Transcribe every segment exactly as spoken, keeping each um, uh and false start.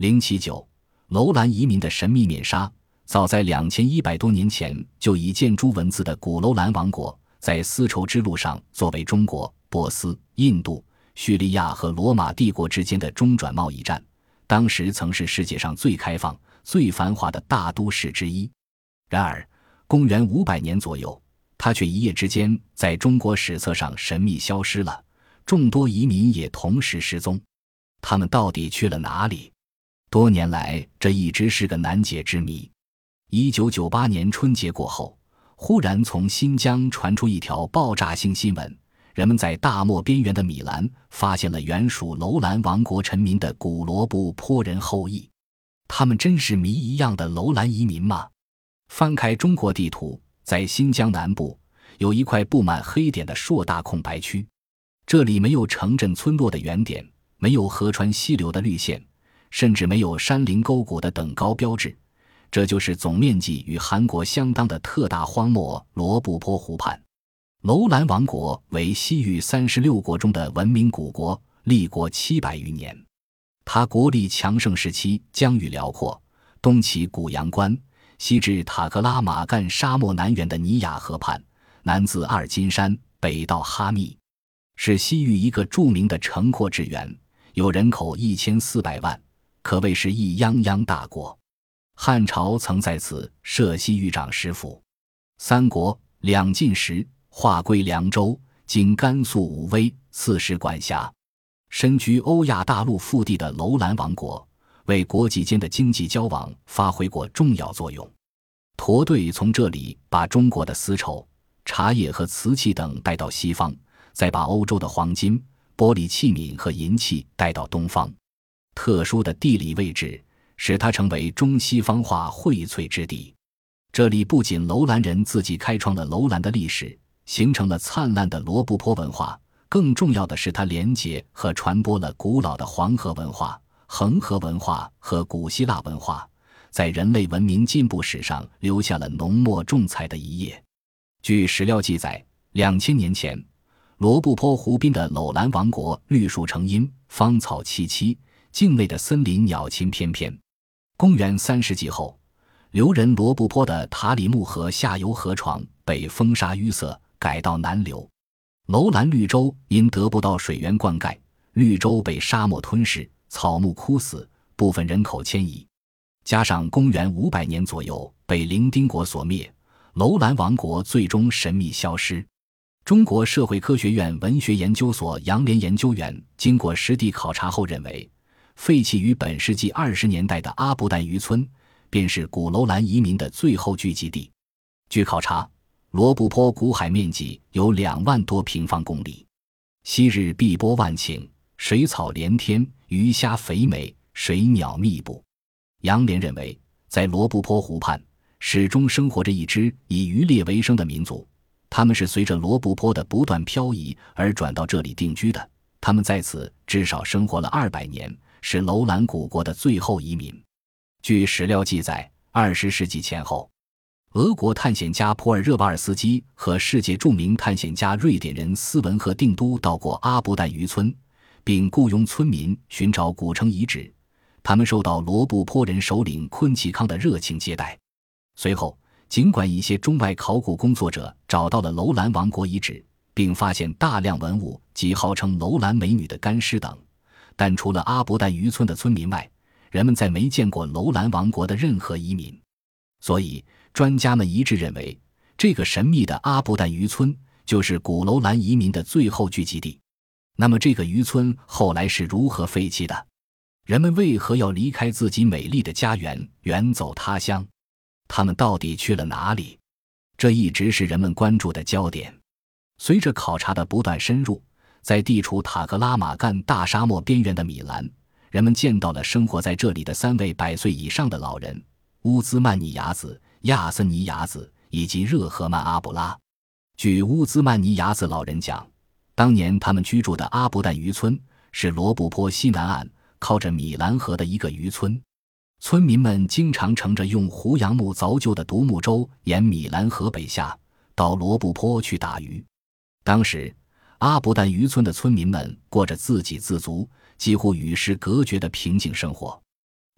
零七九楼兰移民的神秘面纱。早在两千一百多年前就以建筑文字的古楼兰王国，在丝绸之路上作为中国、波斯、印度、叙利亚和罗马帝国之间的中转贸易站，当时曾是世界上最开放、最繁华的大都市之一。然而，公元五百年左右，它却一夜之间在中国史册上神秘消失了，众多移民也同时失踪。他们到底去了哪里？多年来，这一直是个难解之谜。一九九八年春节过后，忽然从新疆传出一条爆炸性新闻，人们在大漠边缘的米兰发现了原属楼兰王国臣民的古罗布泊人后裔。他们真是谜一样的楼兰移民吗？翻开中国地图，在新疆南部有一块布满黑点的硕大空白区，这里没有城镇村落的原点，没有河川溪流的绿线，甚至没有山林沟谷的等高标志。这就是总面积与韩国相当的特大荒漠罗布泊湖畔。楼兰王国为西域三十六国中的文明古国，立国七百余年。它国力强盛时期疆域辽阔，东起古阳关，西至塔克拉玛干沙漠南缘的尼雅河畔，南自阿尔金山，北到哈密，是西域一个著名的城廓之源，有人口一千四百万，可谓是一泱泱大国。汉朝曾在此设西域长史府，三国、两晋时划归凉州，今甘肃武威，刺史管辖。身居欧亚大陆腹地的楼兰王国，为国际间的经济交往发挥过重要作用。驼队从这里把中国的丝绸、茶叶和瓷器等带到西方，再把欧洲的黄金、玻璃器皿和银器带到东方。特殊的地理位置使它成为中西方化荟萃之地。这里不仅楼兰人自己开创了楼兰的历史，形成了灿烂的罗布泊文化，更重要的是它连结和传播了古老的黄河文化、恒河文化和古希腊文化，在人类文明进步史上留下了浓墨重彩的一页。据史料记载，两千年前，罗布泊湖滨的楼兰王国绿树成荫，芳草萋萋，境内的森林鸟禽翩翩。公元三世纪后，流人罗布泊的塔里木河下游河床被风沙淤塞，改道南流。楼兰绿洲因得不到水源灌溉，绿洲被沙漠吞噬，草木枯死，部分人口迁移。加上公元五百年左右被伶丁国所灭，楼兰王国最终神秘消失。中国社会科学院文学研究所杨连研究员经过实地考察后认为，废弃于本世纪二十年代的阿布旦渔村便是古楼兰移民的最后聚集地。据考察，罗布泊古海面积有两万多平方公里，昔日碧波万顷，水草连天，鱼虾肥美，水鸟密布。杨连认为，在罗布泊湖畔始终生活着一支以渔猎为生的民族，他们是随着罗布泊的不断漂移而转到这里定居的，他们在此至少生活了二百年，是楼兰古国的最后移民。据史料记载，二十世纪前后，俄国探险家普尔热瓦尔斯基和世界著名探险家瑞典人斯文赫定都到过阿布旦渔村，并雇佣村民寻找古城遗址。他们受到罗布泊人首领昆奇康的热情接待。随后，尽管一些中外考古工作者找到了楼兰王国遗址，并发现大量文物及号称楼兰美女的干尸等，但除了阿布旦渔村的村民外，人们再没见过楼兰王国的任何移民。所以专家们一致认为，这个神秘的阿布旦渔村就是古楼兰移民的最后聚集地。那么这个渔村后来是如何废弃的？人们为何要离开自己美丽的家园，远走他乡？他们到底去了哪里？这一直是人们关注的焦点。随着考察的不断深入，在地处塔克拉玛干大沙漠边缘的米兰，人们见到了生活在这里的三位百岁以上的老人：乌兹曼尼雅子、亚森尼雅子以及热赫曼阿布拉。据乌兹曼尼雅子老人讲，当年他们居住的阿布旦渔村是罗布泊西南岸靠着米兰河的一个渔村，村民们经常乘着用胡杨木凿就的独木舟沿米兰河北下，到罗布泊去打鱼。当时阿布旦渔村的村民们过着自给自足，几乎与世隔绝的平静生活。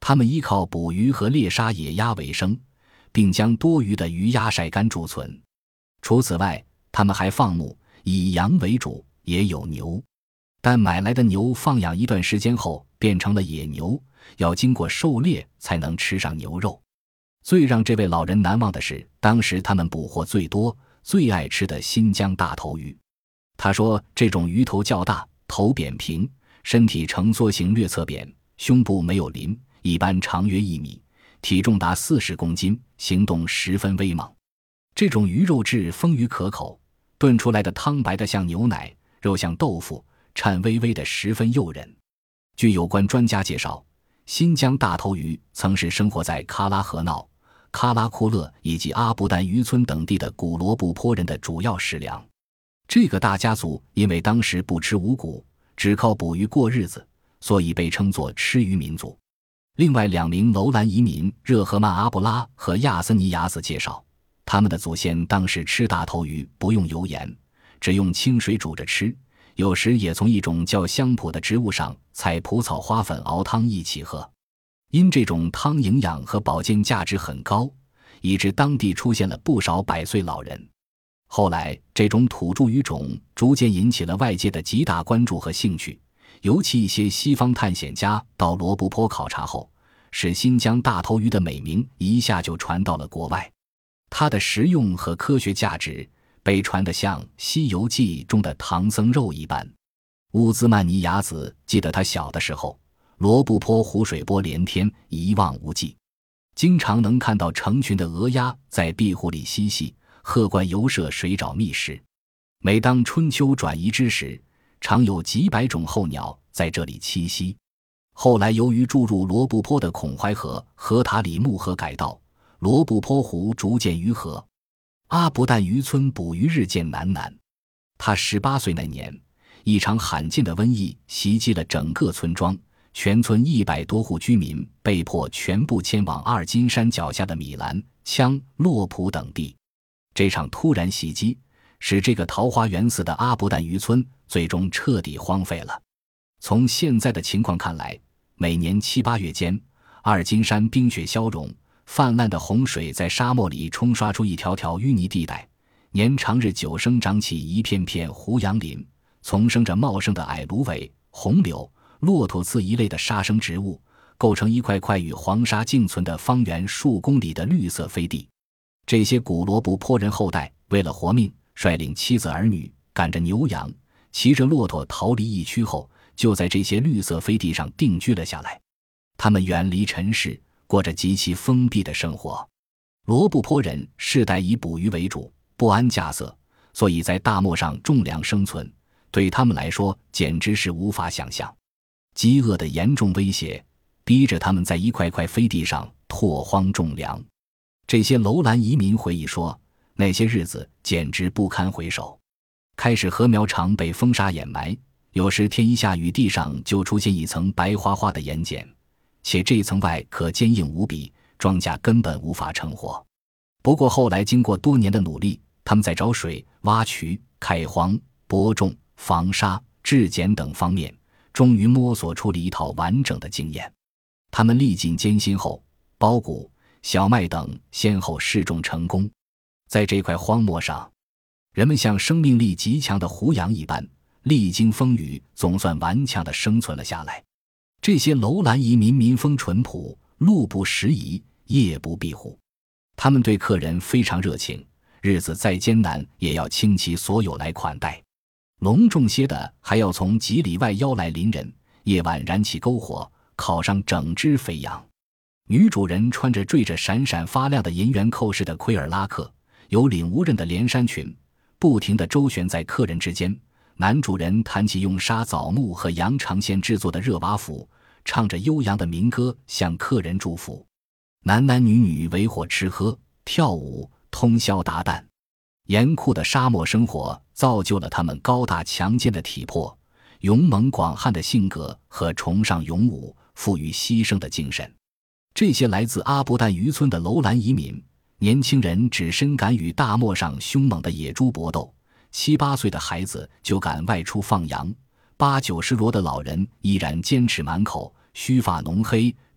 他们依靠捕鱼和猎杀野鸭为生，并将多余的鱼鸭晒干贮存。除此外，他们还放牧，以羊为主，也有牛。但买来的牛放养一段时间后变成了野牛，要经过狩猎才能吃上牛肉。最让这位老人难忘的是，当时他们捕获最多、最爱吃的新疆大头鱼。他说，这种鱼头较大，头扁平，身体呈梭形略侧扁，胸部没有鳞，一般长约一米，体重达四十公斤，行动十分威猛。这种鱼肉质丰腴可口，炖出来的汤白的像牛奶，肉像豆腐，颤巍巍的十分诱人。据有关专家介绍，新疆大头鱼曾是生活在喀拉河闹、喀拉库勒以及阿布丹渔村等地的古罗布泊人的主要食粮。这个大家族因为当时不吃五谷，只靠捕鱼过日子，所以被称作吃鱼民族。另外两名楼兰移民热赫曼阿布拉和亚森尼亚子介绍，他们的祖先当时吃大头鱼不用油盐，只用清水煮着吃，有时也从一种叫香蒲的植物上采蒲草花粉熬汤一起喝。因这种汤营养和保健价值很高，以致当地出现了不少百岁老人。后来这种土著鱼种逐渐引起了外界的极大关注和兴趣，尤其一些西方探险家到罗布泊考察后，使新疆大头鱼的美名一下就传到了国外。它的实用和科学价值被传得像《西游记》中的唐僧肉一般。乌兹曼尼亚子记得他小的时候，罗布泊湖水波连天，一望无际，经常能看到成群的鹅鸭在碧湖里嬉戏，鹤鹳游涉水沼觅食。每当春秋转移之时，常有几百种候鸟在这里栖息。后来由于注入罗布泊的孔淮河和塔里木河改道，罗布泊湖逐渐愈合，阿布旦渔村捕鱼日渐难难。他十八岁那年，一场罕见的瘟疫袭击了整个村庄，全村一百多户居民被迫全部迁往阿尔金山脚下的米兰、羌、洛普等地。这场突然袭击使这个桃花源似的阿布旦渔村最终彻底荒废了。从现在的情况看来，每年七八月间，阿尔金山冰雪消融，泛滥的洪水在沙漠里冲刷出一条条淤泥地带，年长日久生长起一片片胡杨林，丛生着茂盛的矮芦苇、红柳、骆驼刺一类的沙生植物，构成一块块与黄沙竞存的方圆数公里的绿色飞地。这些古罗布泊人后代为了活命，率领妻子儿女，赶着牛羊，骑着骆驼逃离疫区后，就在这些绿色飞地上定居了下来。他们远离尘世，过着极其封闭的生活。罗布泊人世代以捕鱼为主，不安稼穑，所以在大漠上种粮生存，对他们来说简直是无法想象。饥饿的严重威胁逼着他们在一块块飞地上拓荒种粮。这些楼兰移民回忆说，那些日子简直不堪回首。开始禾苗常被风沙掩埋，有时天一下雨，地上就出现一层白花花的盐碱，且这层外壳坚硬无比，庄稼根本无法成活。不过后来经过多年的努力，他们在找水、挖渠、开荒、播种、防沙、制碱等方面终于摸索出了一套完整的经验。他们历尽艰辛后，苞谷、小麦等先后试种成功。在这块荒漠上，人们像生命力极强的胡杨一般，历经风雨总算顽强地生存了下来。这些楼兰移民民风淳朴，路不拾遗，夜不闭户。他们对客人非常热情，日子再艰难也要倾其所有来款待。隆重些的还要从几里外邀来邻人，夜晚燃起篝火，烤上整只肥羊。女主人穿着缀着闪闪发亮的银元扣式的奎尔拉克，有领无刃的连衫裙，不停地周旋在客人之间。男主人弹起用沙枣木和羊肠线制作的热瓦釜，唱着悠扬的民歌向客人祝福。男男女女围火吃喝跳舞，通宵达旦。严酷的沙漠生活造就了他们高大强健的体魄、勇猛广悍的性格和崇尚勇武、富于牺牲的精神。这些来自阿布旦渔村的楼兰移民，年轻人只深敢与大漠上凶猛的野猪搏斗，七八岁的孩子就敢外出放羊，八九十罗的老人依然坚持满口，须发浓黑，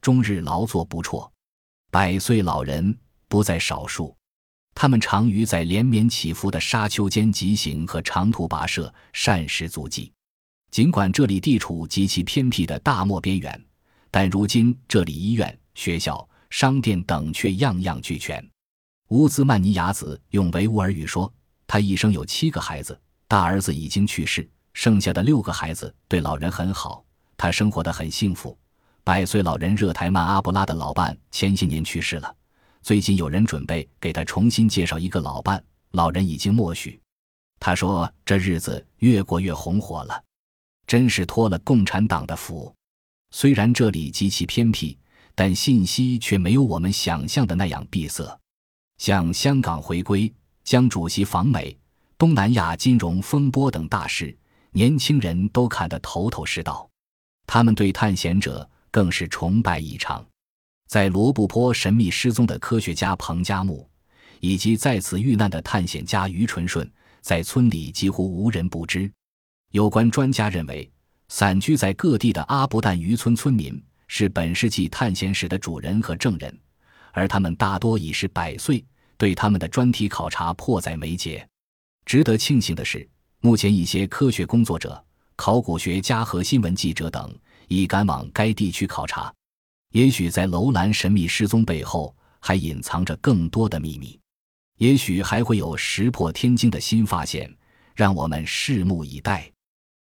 终日劳作不辍。百岁老人不在少数，他们常于在连绵起伏的沙丘间疾行和长途跋涉，膳食足迹。尽管这里地处极其偏僻的大漠边缘，但如今这里医院、学校、商店等却样样俱全。乌兹曼尼亚子用维吾尔语说，他一生有七个孩子，大儿子已经去世，剩下的六个孩子对老人很好，他生活得很幸福。百岁老人热台曼阿布拉的老伴前些年去世了，最近有人准备给他重新介绍一个老伴，老人已经默许。他说这日子越过越红火了，真是托了共产党的福。虽然这里极其偏僻，但信息却没有我们想象的那样闭塞。像香港回归、江主席访美、东南亚金融风波等大事，年轻人都看得头头是道。他们对探险者更是崇拜异常。在罗布泊神秘失踪的科学家彭加木，以及在此遇难的探险家于纯顺，在村里几乎无人不知。有关专家认为，散居在各地的阿布旦渔村村民是本世纪探险史的主人和证人，而他们大多已是百岁，对他们的专题考察迫在眉睫。值得庆幸的是，目前一些科学工作者、考古学家和新闻记者等已赶往该地区考察。也许在楼兰神秘失踪背后还隐藏着更多的秘密，也许还会有石破天惊的新发现，让我们拭目以待。